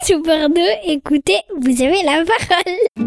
Sous Bordeaux, écoutez, vous avez la parole.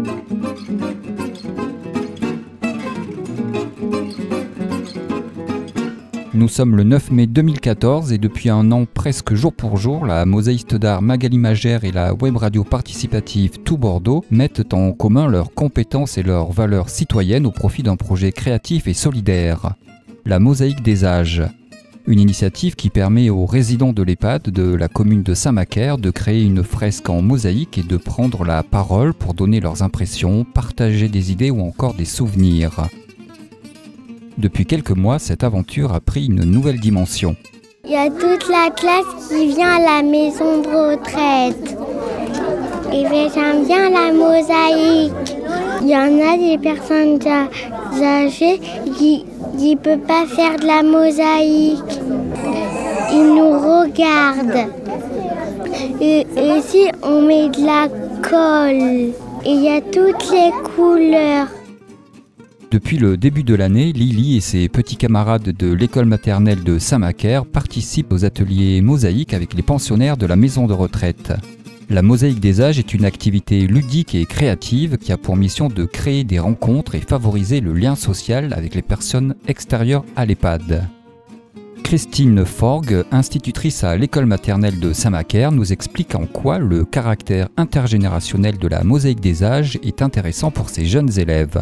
Nous sommes le 9 mai 2014 et depuis un an presque jour pour jour, la mosaïste d'art Magali Magère et la web radio participative Tout Bordeaux mettent en commun leurs compétences et leurs valeurs citoyennes au profit d'un projet créatif et solidaire. La mosaïque des âges. Une initiative qui permet aux résidents de l'EHPAD de la commune de Saint-Macaire de créer une fresque en mosaïque et de prendre la parole pour donner leurs impressions, partager des idées ou encore des souvenirs. Depuis quelques mois, cette aventure a pris une nouvelle dimension. Il y a toute la classe qui vient à la maison de retraite. Et bien, j'aime bien la mosaïque. Il y en a des personnes âgées qui ne peuvent pas faire de la mosaïque. Ils nous regardent. Et aussi, on met de la colle. Et il y a toutes les couleurs. Depuis le début de l'année, Lily et ses petits camarades de l'école maternelle de Saint-Macaire participent aux ateliers mosaïques avec les pensionnaires de la maison de retraite. La mosaïque des âges est une activité ludique et créative qui a pour mission de créer des rencontres et favoriser le lien social avec les personnes extérieures à l'EHPAD. Christine Forgue, institutrice à l'école maternelle de Saint-Macaire, nous explique en quoi le caractère intergénérationnel de la mosaïque des âges est intéressant pour ses jeunes élèves.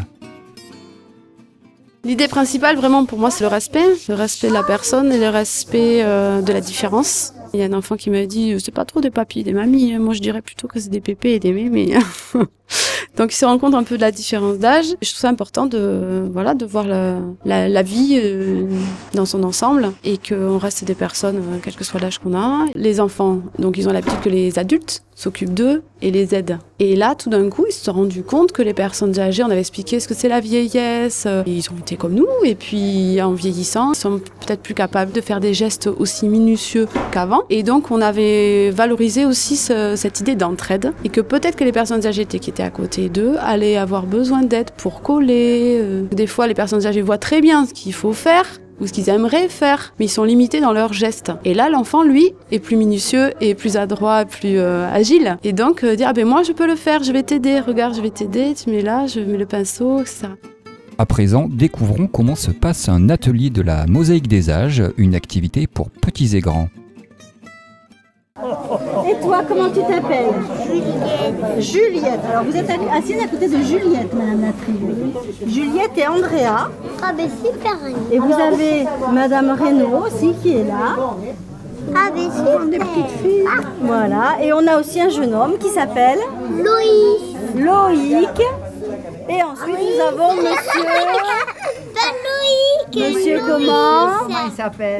L'idée principale, vraiment, pour moi, c'est le respect de la personne et le respect de la différence. Il y a un enfant qui m'a dit, c'est pas trop des papis et des mamies, moi je dirais plutôt que c'est des pépés et des mémés. Donc il se rend compte un peu de la différence d'âge. Je trouve ça important de voir la vie dans son ensemble et qu'on reste des personnes, quel que soit l'âge qu'on a. Les enfants, donc ils ont l'habitude que les adultes s'occupent d'eux et les aident. Et là, tout d'un coup, ils se sont rendus compte que les personnes âgées, on avait expliqué ce que c'est la vieillesse. Ils ont été comme nous et puis en vieillissant, ils sont peut-être plus capables de faire des gestes aussi minutieux qu'avant. Et donc on avait valorisé aussi cette idée d'entraide et que peut-être que les personnes âgées qui étaient à côté d'eux allaient avoir besoin d'aide pour coller. Des fois, les personnes âgées voient très bien ce qu'il faut faire ou ce qu'ils aimeraient faire, mais ils sont limités dans leurs gestes. Et là, l'enfant, lui, est plus minutieux et plus adroit, plus agile. Et donc, dire, moi, je peux le faire, je vais t'aider, regarde, je vais t'aider, tu mets là, je mets le pinceau, etc. À présent, découvrons comment se passe un atelier de la mosaïque des âges, une activité pour petits et grands. Et toi, comment tu t'appelles ? Juliette. Alors, vous êtes assise à côté de Juliette, Madame Latry. Juliette et Andrea. Ah ben super. Et vous avez Madame Reynaud aussi qui est là. Ah ben super. Des petites filles. Voilà. Et on a aussi un jeune homme qui s'appelle Loïc. Et ensuite, nous avons monsieur... Loïc. Monsieur comment Il s'appelle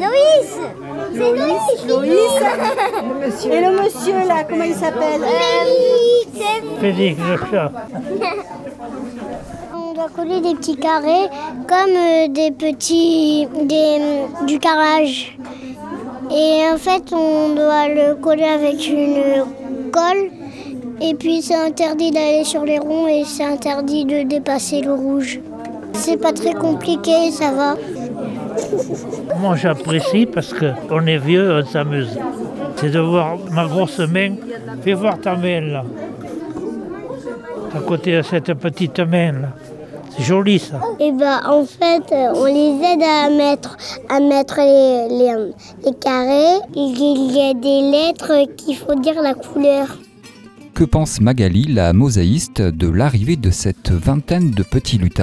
Loïs. Et le monsieur là, comment il s'appelle Félix le chat. On doit coller des petits carrés comme du carrelage. Et en fait, on doit le coller avec une colle. Et puis c'est interdit d'aller sur les ronds et c'est interdit de dépasser le rouge. C'est pas très compliqué, ça va. Moi j'apprécie parce qu'on est vieux, on s'amuse. C'est de voir ma grosse main. Fais voir ta main là. À côté de cette petite main là. C'est joli ça. Et en fait, on les aide à mettre les carrés. Il y a des lettres qu'il faut dire la couleur. Que pense Magali, la mosaïste, de l'arrivée de cette vingtaine de petits lutins ?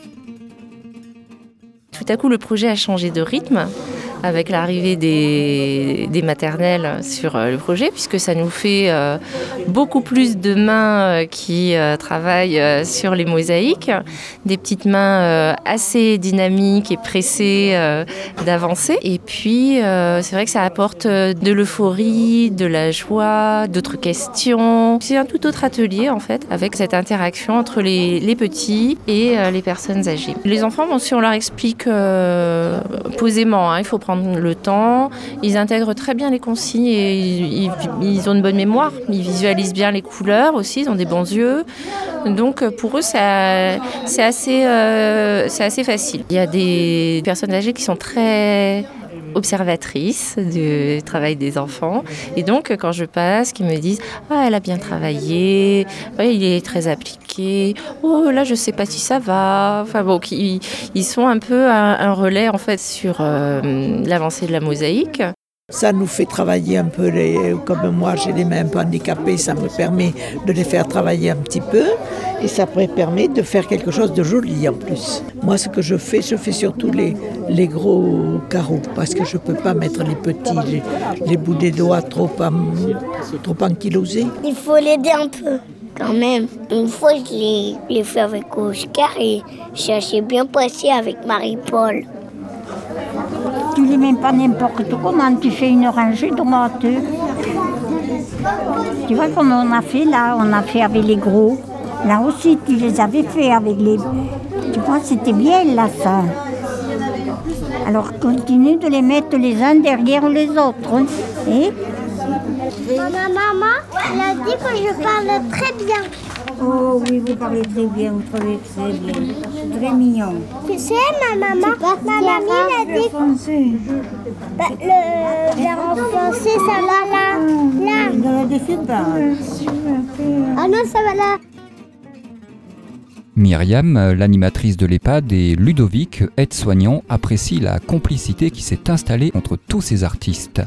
Tout à coup, le projet a changé de rythme avec l'arrivée des maternelles sur le projet, puisque ça nous fait beaucoup plus de mains qui travaillent sur les mosaïques, des petites mains assez dynamiques et pressées d'avancer. Et puis, c'est vrai que ça apporte de l'euphorie, de la joie, d'autres questions. C'est un tout autre atelier, en fait, avec cette interaction entre les petits et les personnes âgées. Les enfants, si on leur explique posément, il faut prendre le temps, ils intègrent très bien les consignes et ils ont une bonne mémoire, ils visualisent bien les couleurs aussi, ils ont des bons yeux, donc pour eux c'est assez facile. Il y a des personnes âgées qui sont très observatrice du travail des enfants. Et donc, quand je passe, qu'ils me disent « Ah, elle a bien travaillé, ouais, il est très appliqué, oh, là, je ne sais pas si ça va ». Enfin bon, ils sont un peu un relais, en fait, sur l'avancée de la mosaïque. Ça nous fait travailler un peu, comme moi j'ai les mains un peu handicapées, ça me permet de les faire travailler un petit peu et ça permet de faire quelque chose de joli en plus. Moi ce que je fais surtout les gros carreaux parce que je ne peux pas mettre les petits, les bouts des doigts trop ankylosés. Il faut l'aider un peu quand même. Une fois je l'ai fait avec Oscar et ça s'est bien passé avec Marie-Paul. Tu les mets pas n'importe comment, tu fais une rangée droite. Tu vois comme on a fait là, on a fait avec les gros. Là aussi, tu les avais fait avec les... Tu vois, c'était bien là ça. Alors continue de les mettre les uns derrière les autres. Et... Ma maman, elle a dit que je parle très bien. Oh oui, vous parlez très bien, vous parlez très bien. Très mignon. Tu sais, ma mamie a dit que le verre français, ça va là. Là. Ne le défie pas. Ah non, ça va là. Myriam, l'animatrice de l'EHPAD, et Ludovic, aide-soignant, apprécient la complicité qui s'est installée entre tous ces artistes.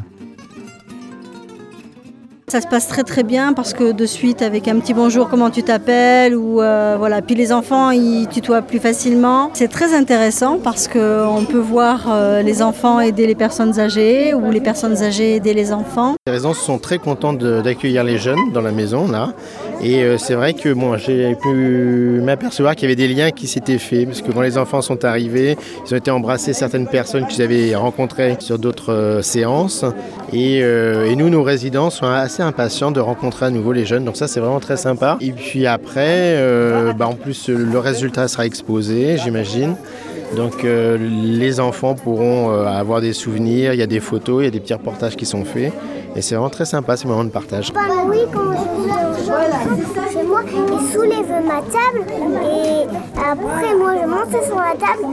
Ça se passe très très bien parce que de suite avec un petit bonjour, comment tu t'appelles ou voilà. Puis les enfants ils tutoient plus facilement. C'est très intéressant parce qu'on peut voir les enfants aider les personnes âgées ou les personnes âgées aider les enfants. Les résidents sont très contents d'accueillir les jeunes dans la maison là. Et c'est vrai que j'ai pu m'apercevoir qu'il y avait des liens qui s'étaient faits parce que quand les enfants sont arrivés, ils ont été embrassés certaines personnes qu'ils avaient rencontrées sur d'autres séances. Et nous, nos résidents sont assez impatients de rencontrer à nouveau les jeunes. Donc ça, c'est vraiment très sympa. Et puis après, en plus, le résultat sera exposé, j'imagine. Donc les enfants pourront avoir des souvenirs, il y a des photos, il y a des petits reportages qui sont faits. Et c'est vraiment très sympa, ces moments de partage. Oui, quand je chez moi, ils soulèvent ma table et après moi je monte sur la table,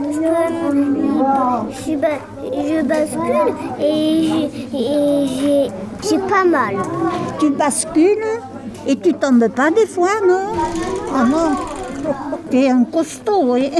je bascule et j'ai pas mal. Tu bascules et tu tombes pas des fois, non? Ah non, t'es un costaud, oui.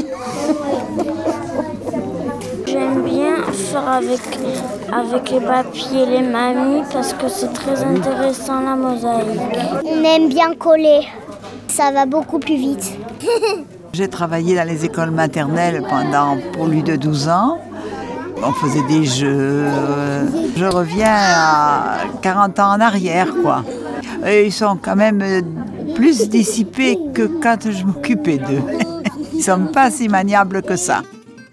J'aime bien faire avec les papiers et les mamies parce que c'est très intéressant la mosaïque. On aime bien coller, ça va beaucoup plus vite. J'ai travaillé dans les écoles maternelles pendant plus de 12 ans. On faisait des jeux. Je reviens à 40 ans en arrière, quoi. Et ils sont quand même plus dissipés que quand je m'occupais d'eux. Ils ne sont pas si maniables que ça.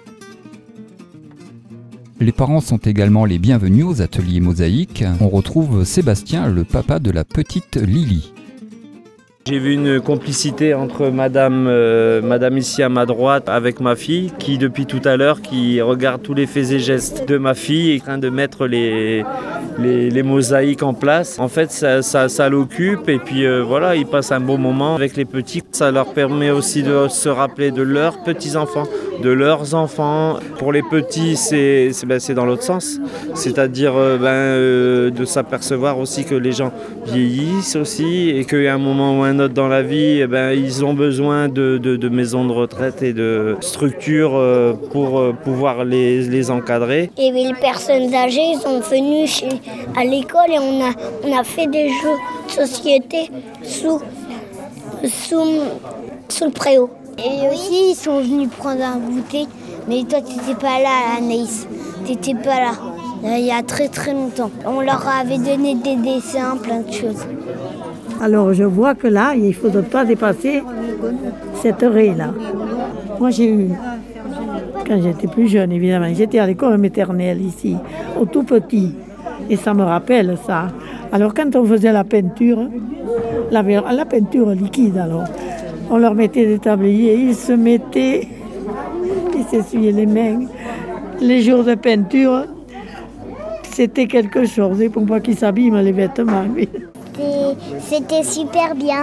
Les parents sont également les bienvenus aux ateliers mosaïques. On retrouve Sébastien, le papa de la petite Lily. J'ai vu une complicité entre madame ici à ma droite avec ma fille qui depuis tout à l'heure qui regarde tous les faits et gestes de ma fille et est en train de mettre les mosaïques en place. En fait ça l'occupe et puis voilà, ils passent un bon moment avec les petits. Ça leur permet aussi de se rappeler de leurs petits-enfants, de leurs enfants. Pour les petits c'est dans l'autre sens, c'est-à-dire de s'apercevoir aussi que les gens vieillissent aussi et qu'à un moment ou un autre dans la vie, ils ont besoin de maisons de retraite et de structures pour pouvoir les encadrer. Et les personnes âgées, ils sont venus à l'école et on a fait des jeux de société sous le préau. Et aussi, ils sont venus prendre un goûter. Mais toi, tu n'étais pas là, Anaïs. Tu n'étais pas là. Il y a très très longtemps. On leur avait donné des dessins, plein de choses. Alors je vois que là, il ne faudrait pas dépasser cette heure-là. Moi j'ai eu, quand j'étais plus jeune évidemment, j'étais à l'école maternelle ici, au tout petit. Et ça me rappelle ça. Alors quand on faisait la peinture, la peinture liquide alors, on leur mettait des tabliers, ils s'essuyaient les mains. Les jours de peinture, c'était quelque chose. Et pour moi qui s'abîment les vêtements. C'était super bien.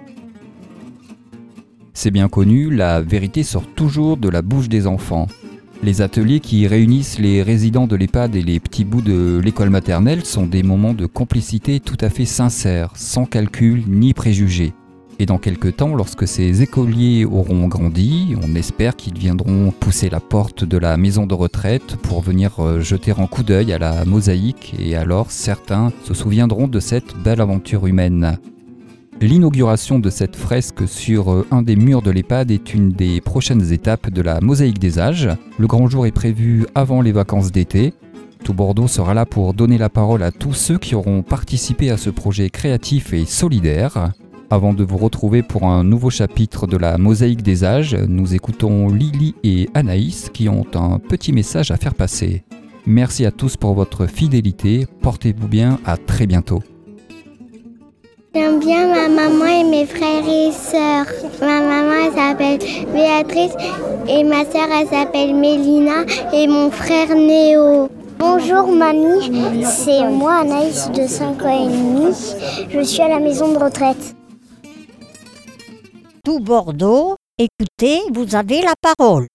C'est bien connu, la vérité sort toujours de la bouche des enfants. Les ateliers qui réunissent les résidents de l'EHPAD et les petits bouts de l'école maternelle sont des moments de complicité tout à fait sincères, sans calcul ni préjugés. Et dans quelques temps, lorsque ces écoliers auront grandi, on espère qu'ils viendront pousser la porte de la maison de retraite pour venir jeter un coup d'œil à la mosaïque, et alors certains se souviendront de cette belle aventure humaine. L'inauguration de cette fresque sur un des murs de l'EHPAD est une des prochaines étapes de la mosaïque des âges. Le grand jour est prévu avant les vacances d'été. Tout Bordeaux sera là pour donner la parole à tous ceux qui auront participé à ce projet créatif et solidaire. Avant de vous retrouver pour un nouveau chapitre de la mosaïque des âges, nous écoutons Lily et Anaïs qui ont un petit message à faire passer. Merci à tous pour votre fidélité, portez-vous bien, à très bientôt. J'aime bien ma maman et mes frères et sœurs. Ma maman elle s'appelle Béatrice et ma sœur elle s'appelle Mélina et mon frère Néo. Bonjour mamie, c'est moi Anaïs de 5 ans et demi. Je suis à la maison de retraite. Tout Bordeaux, écoutez, vous avez la parole.